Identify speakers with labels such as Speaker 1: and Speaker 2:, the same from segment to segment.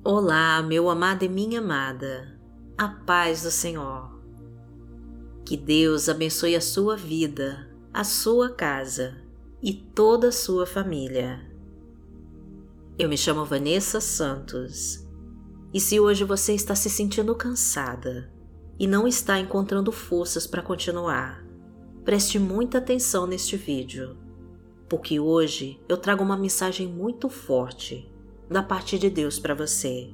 Speaker 1: Olá, meu amado e minha amada, a paz do Senhor. Que Deus abençoe a sua vida, a sua casa e toda a sua família. Eu me chamo Vanessa Santos e se hoje você está se sentindo cansada e não está encontrando forças para continuar, preste muita atenção neste vídeo, porque hoje eu trago uma mensagem muito forte da parte de Deus para você.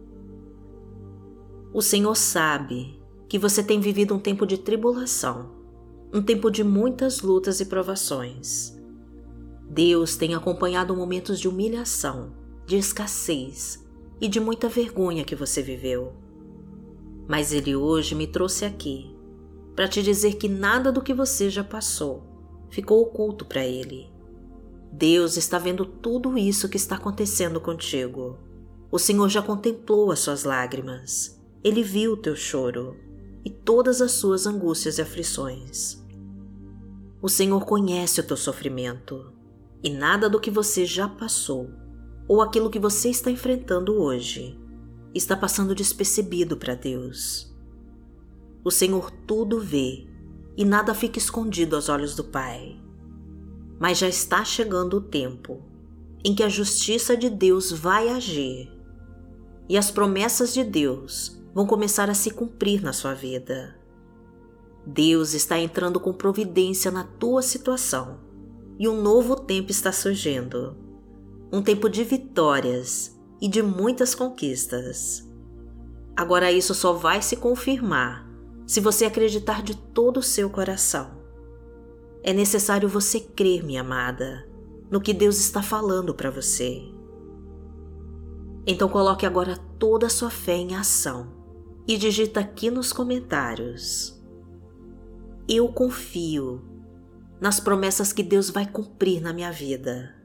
Speaker 1: O Senhor sabe que você tem vivido um tempo de tribulação, um tempo de muitas lutas e provações. Deus tem acompanhado momentos de humilhação, de escassez e de muita vergonha que você viveu. Mas Ele hoje me trouxe aqui para te dizer que nada do que você já passou ficou oculto para Ele. Deus está vendo tudo isso que está acontecendo contigo. O Senhor já contemplou as suas lágrimas. Ele viu o teu choro e todas as suas angústias e aflições. O Senhor conhece o teu sofrimento e nada do que você já passou ou aquilo que você está enfrentando hoje está passando despercebido para Deus. O Senhor tudo vê e nada fica escondido aos olhos do Pai. Mas já está chegando o tempo em que a justiça de Deus vai agir e as promessas de Deus vão começar a se cumprir na sua vida. Deus está entrando com providência na tua situação e um novo tempo está surgindo, um tempo de vitórias e de muitas conquistas. Agora isso só vai se confirmar se você acreditar de todo o seu coração. É necessário você crer, minha amada, no que Deus está falando para você. Então coloque agora toda a sua fé em ação e digita aqui nos comentários: eu confio nas promessas que Deus vai cumprir na minha vida.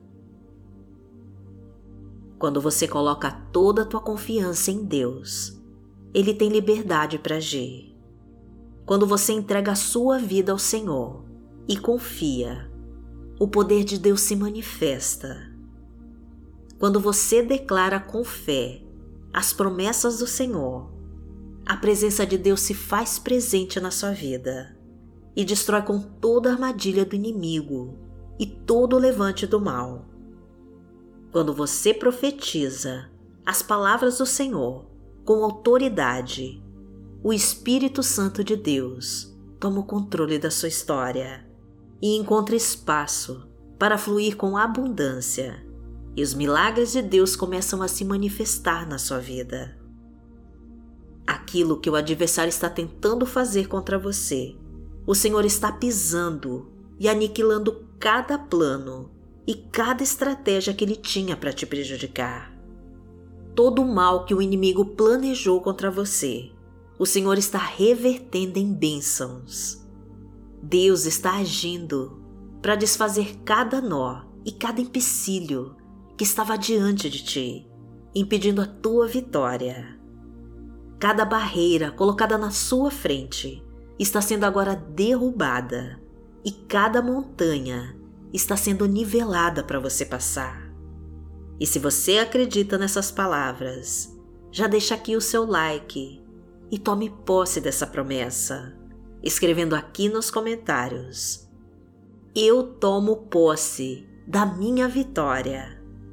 Speaker 1: Quando você coloca toda a tua confiança em Deus, Ele tem liberdade para agir. Quando você entrega a sua vida ao Senhor e confia, o poder de Deus se manifesta. Quando você declara com fé as promessas do Senhor, a presença de Deus se faz presente na sua vida e destrói com toda a armadilha do inimigo e todo o levante do mal. Quando você profetiza as palavras do Senhor com autoridade, o Espírito Santo de Deus toma o controle da sua história e encontra espaço para fluir com abundância, e os milagres de Deus começam a se manifestar na sua vida. Aquilo que o adversário está tentando fazer contra você, o Senhor está pisando e aniquilando cada plano e cada estratégia que Ele tinha para te prejudicar. Todo o mal que o inimigo planejou contra você, o Senhor está revertendo em bênçãos. Deus está agindo para desfazer cada nó e cada empecilho que estava diante de ti, impedindo a tua vitória. Cada barreira colocada na sua frente está sendo agora derrubada e cada montanha está sendo nivelada para você passar. E se você acredita nessas palavras, já deixa aqui o seu like e tome posse dessa promessa, escrevendo aqui nos comentários: eu tomo posse da minha vitória.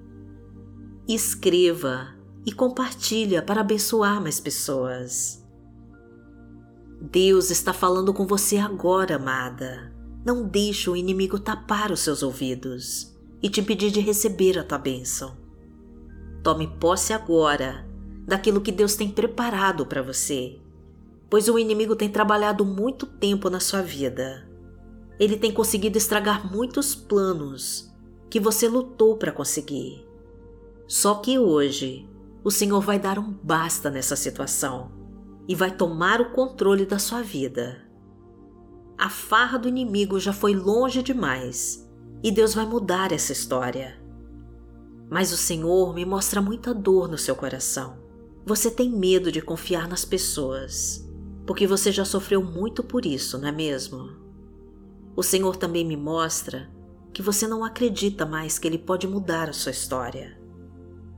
Speaker 1: Escreva e compartilha para abençoar mais pessoas. Deus está falando com você agora, amada. Não deixe o inimigo tapar os seus ouvidos e te impedir de receber a tua bênção. Tome posse agora daquilo que Deus tem preparado para você, pois o inimigo tem trabalhado muito tempo na sua vida. Ele tem conseguido estragar muitos planos que você lutou para conseguir. Só que hoje, o Senhor vai dar um basta nessa situação e vai tomar o controle da sua vida. A farra do inimigo já foi longe demais e Deus vai mudar essa história. Mas o Senhor me mostra muita dor no seu coração. Você tem medo de confiar nas pessoas, porque você já sofreu muito por isso, não é mesmo? O Senhor também me mostra que você não acredita mais que Ele pode mudar a sua história.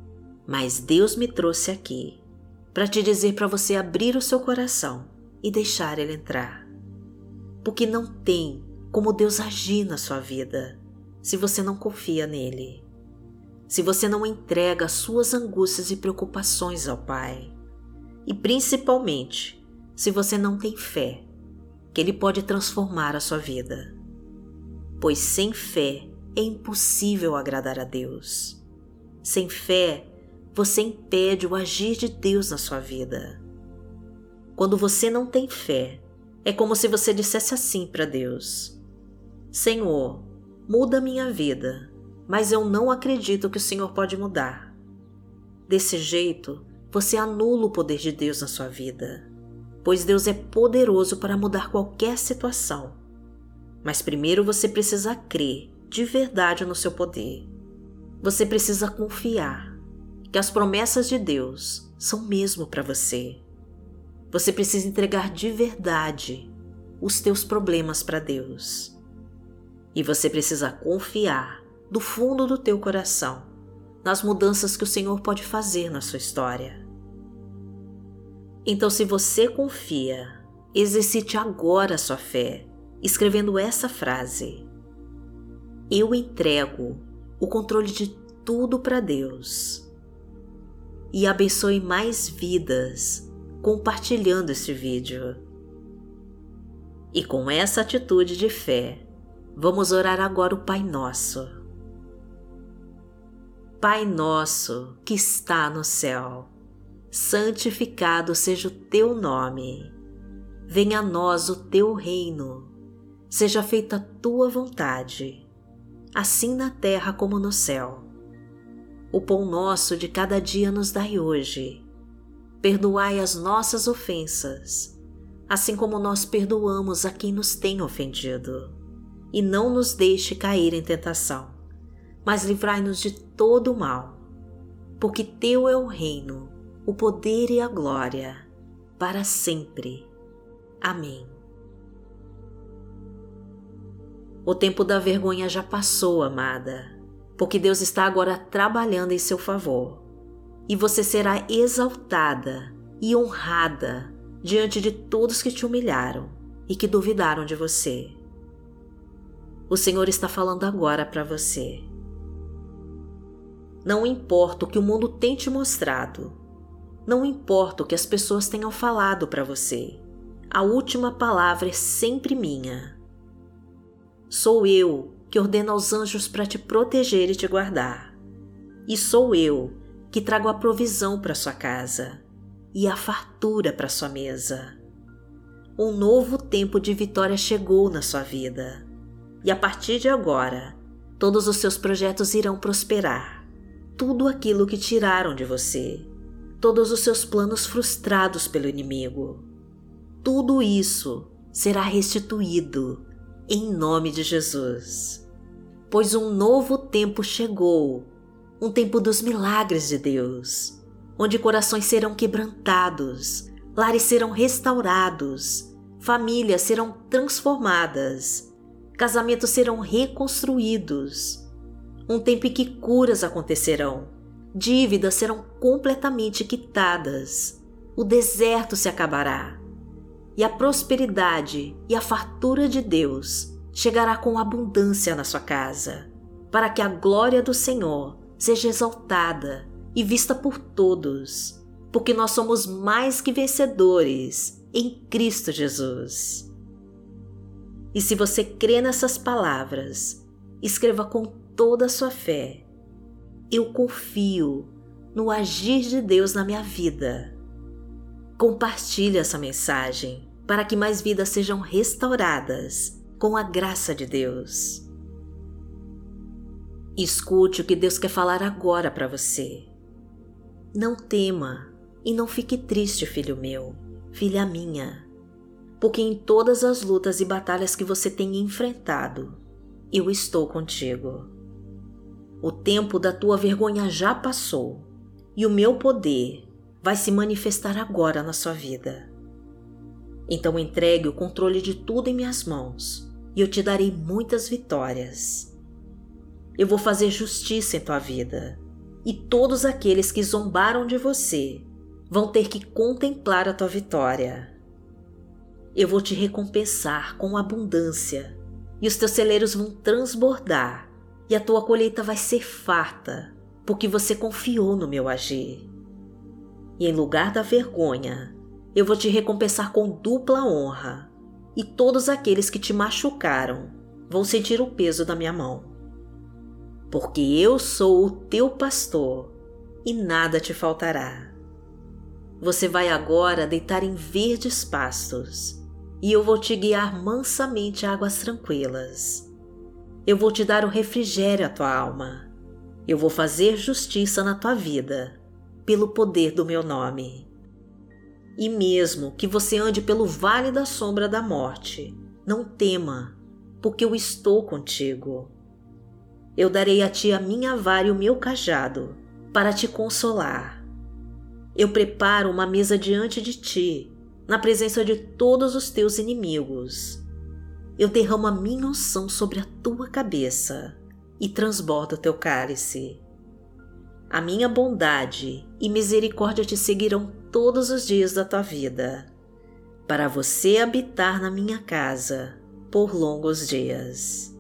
Speaker 1: Mas Deus me trouxe aqui para te dizer para você abrir o seu coração e deixar Ele entrar. Porque não tem como Deus agir na sua vida se você não confia nele. Se você não entrega as suas angústias e preocupações ao Pai. E principalmente, se você não tem fé que Ele pode transformar a sua vida. Pois sem fé é impossível agradar a Deus. Sem fé, você impede o agir de Deus na sua vida. Quando você não tem fé, é como se você dissesse assim para Deus: Senhor, muda minha vida, mas eu não acredito que o Senhor pode mudar. Desse jeito, você anula o poder de Deus na sua vida, pois Deus é poderoso para mudar qualquer situação. Mas primeiro você precisa crer de verdade no seu poder. Você precisa confiar que as promessas de Deus são mesmo para você. Você precisa entregar de verdade os teus problemas para Deus. E você precisa confiar do fundo do teu coração nas mudanças que o Senhor pode fazer na sua história. Então, se você confia, exercite agora a sua fé, escrevendo essa frase: Eu entrego o controle de tudo para Deus. E abençoe mais vidas compartilhando este vídeo. E com essa atitude de fé, vamos orar agora o Pai Nosso. Pai nosso que está no céu, santificado seja o teu nome. Venha a nós o teu reino. Seja feita a tua vontade, assim na terra como no céu. O pão nosso de cada dia nos dai hoje. Perdoai as nossas ofensas, assim como nós perdoamos a quem nos tem ofendido. E não nos deixe cair em tentação, mas livrai-nos de todo o mal, porque teu é o reino, o poder e a glória, para sempre. Amém. O tempo da vergonha já passou, amada, porque Deus está agora trabalhando em seu favor, e você será exaltada e honrada diante de todos que te humilharam e que duvidaram de você. O Senhor está falando agora para você. Não importa o que o mundo tem te mostrado, não importa o que as pessoas tenham falado para você, a última palavra é sempre minha. Sou eu que ordeno aos anjos para te proteger e te guardar. E sou eu que trago a provisão para sua casa e a fartura para sua mesa. Um novo tempo de vitória chegou na sua vida. E a partir de agora, todos os seus projetos irão prosperar. Tudo aquilo que tiraram de você, todos os seus planos frustrados pelo inimigo, tudo isso será restituído em nome de Jesus. Pois um novo tempo chegou, um tempo dos milagres de Deus, onde corações serão quebrantados, lares serão restaurados, famílias serão transformadas, casamentos serão reconstruídos. Um tempo em que curas acontecerão, dívidas serão completamente quitadas, o deserto se acabará, e a prosperidade e a fartura de Deus chegará com abundância na sua casa, para que a glória do Senhor seja exaltada e vista por todos, porque nós somos mais que vencedores em Cristo Jesus. E se você crê nessas palavras, escreva com toda a sua fé: Eu confio no agir de Deus na minha vida. Compartilhe essa mensagem para que mais vidas sejam restauradas com a graça de Deus. Escute o que Deus quer falar agora para você. Não tema e não fique triste, filho meu, filha minha, porque em todas as lutas e batalhas que você tem enfrentado, eu estou contigo. O tempo da tua vergonha já passou e o meu poder vai se manifestar agora na sua vida. Então entregue o controle de tudo em minhas mãos e eu te darei muitas vitórias. Eu vou fazer justiça em tua vida e todos aqueles que zombaram de você vão ter que contemplar a tua vitória. Eu vou te recompensar com abundância, e os teus celeiros vão transbordar, e a tua colheita vai ser farta, porque você confiou no meu agir. E em lugar da vergonha, eu vou te recompensar com dupla honra, e todos aqueles que te machucaram vão sentir o peso da minha mão. Porque eu sou o teu pastor, e nada te faltará. Você vai agora deitar em verdes pastos, e eu vou te guiar mansamente a águas tranquilas. Eu vou te dar o refrigério à tua alma. Eu vou fazer justiça na tua vida, pelo poder do meu nome. E mesmo que você ande pelo vale da sombra da morte, não tema, porque eu estou contigo. Eu darei a ti a minha vara e o meu cajado, para te consolar. Eu preparo uma mesa diante de ti, na presença de todos os teus inimigos. Eu derramo a minha unção sobre a tua cabeça e transbordo o teu cálice. A minha bondade e misericórdia te seguirão todos os dias da tua vida, para você habitar na minha casa por longos dias.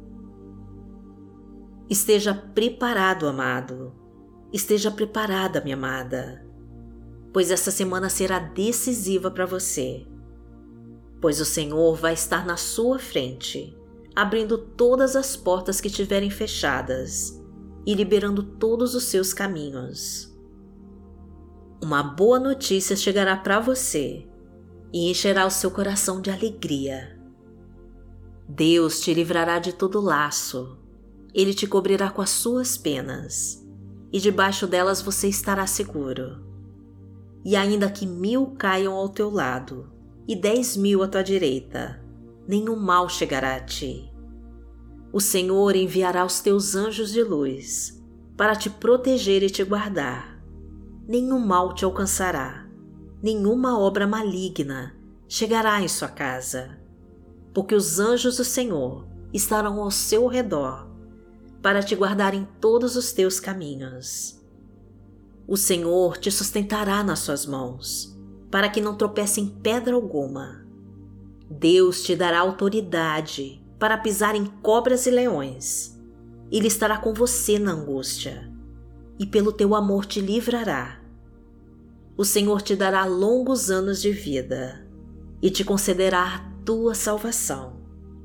Speaker 1: Esteja preparado, amado. Esteja preparada, minha amada, pois essa semana será decisiva para você. Pois o Senhor vai estar na sua frente, abrindo todas as portas que estiverem fechadas e liberando todos os seus caminhos. Uma boa notícia chegará para você e encherá o seu coração de alegria. Deus te livrará de todo laço. Ele te cobrirá com as suas penas, e debaixo delas você estará seguro. E ainda que 1000 caiam ao teu lado e 10.000 à tua direita, nenhum mal chegará a ti. O Senhor enviará os teus anjos de luz para te proteger e te guardar. Nenhum mal te alcançará, nenhuma obra maligna chegará em sua casa, porque os anjos do Senhor estarão ao seu redor para te guardar em todos os teus caminhos. O Senhor te sustentará nas suas mãos, para que não tropece em pedra alguma. Deus te dará autoridade para pisar em cobras e leões. Ele estará com você na angústia, e pelo teu amor te livrará. O Senhor te dará longos anos de vida, e te concederá a tua salvação.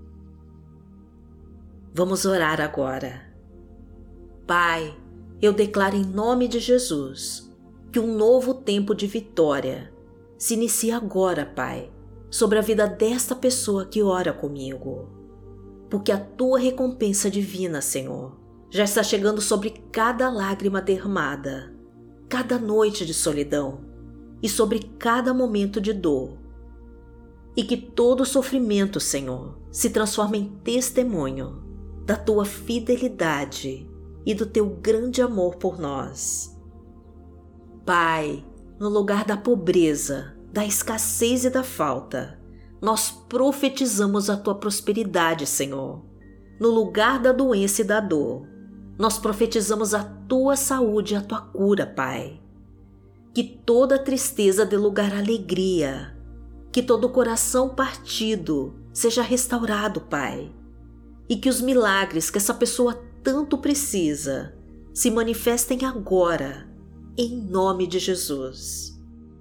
Speaker 1: Vamos orar agora. Pai, eu declaro em nome de Jesus que um novo tempo de vitória se inicia agora, Pai, sobre a vida desta pessoa que ora comigo. Porque a tua recompensa divina, Senhor, já está chegando sobre cada lágrima derramada, cada noite de solidão e sobre cada momento de dor. E que todo sofrimento, Senhor, se transforme em testemunho da tua fidelidade e do teu grande amor por nós. Pai, no lugar da pobreza, da escassez e da falta, nós profetizamos a tua prosperidade, Senhor. No lugar da doença e da dor, nós profetizamos a tua saúde e a tua cura, Pai. Que toda tristeza dê lugar à alegria, que todo coração partido seja restaurado, Pai. E que os milagres que essa pessoa tanto precisa se manifestem agora, em nome de Jesus.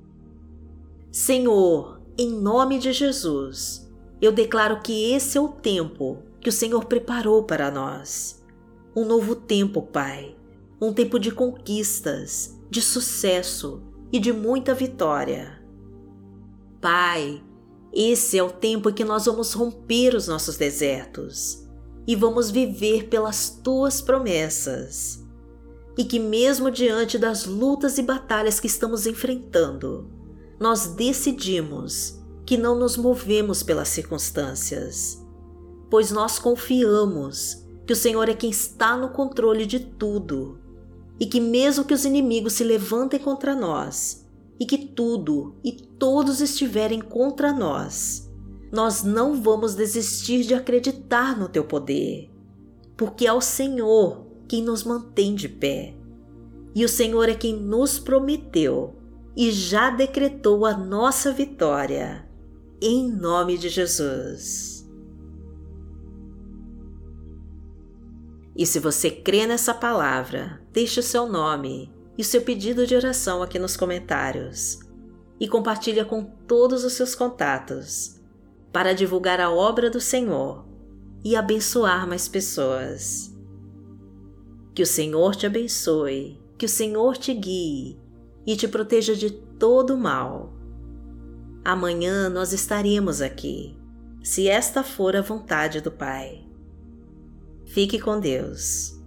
Speaker 1: Senhor, em nome de Jesus, eu declaro que esse é o tempo que o Senhor preparou para nós. Um novo tempo, Pai, um tempo de conquistas, de sucesso e de muita vitória. Pai, esse é o tempo em que nós vamos romper os nossos desertos e vamos viver pelas tuas promessas. E que mesmo diante das lutas e batalhas que estamos enfrentando, nós decidimos que não nos movemos pelas circunstâncias, pois nós confiamos que o Senhor é quem está no controle de tudo, e que mesmo que os inimigos se levantem contra nós, e que tudo e todos estiverem contra nós, nós não vamos desistir de acreditar no teu poder, porque é o Senhor quem nos mantém de pé. E o Senhor é quem nos prometeu e já decretou a nossa vitória, em nome de Jesus. E se você crê nessa palavra, deixe o seu nome e o seu pedido de oração aqui nos comentários e compartilha com todos os seus contatos para divulgar a obra do Senhor e abençoar mais pessoas. Que o Senhor te abençoe, que o Senhor te guie e te proteja de todo o mal. Amanhã nós estaremos aqui, se esta for a vontade do Pai. Fique com Deus.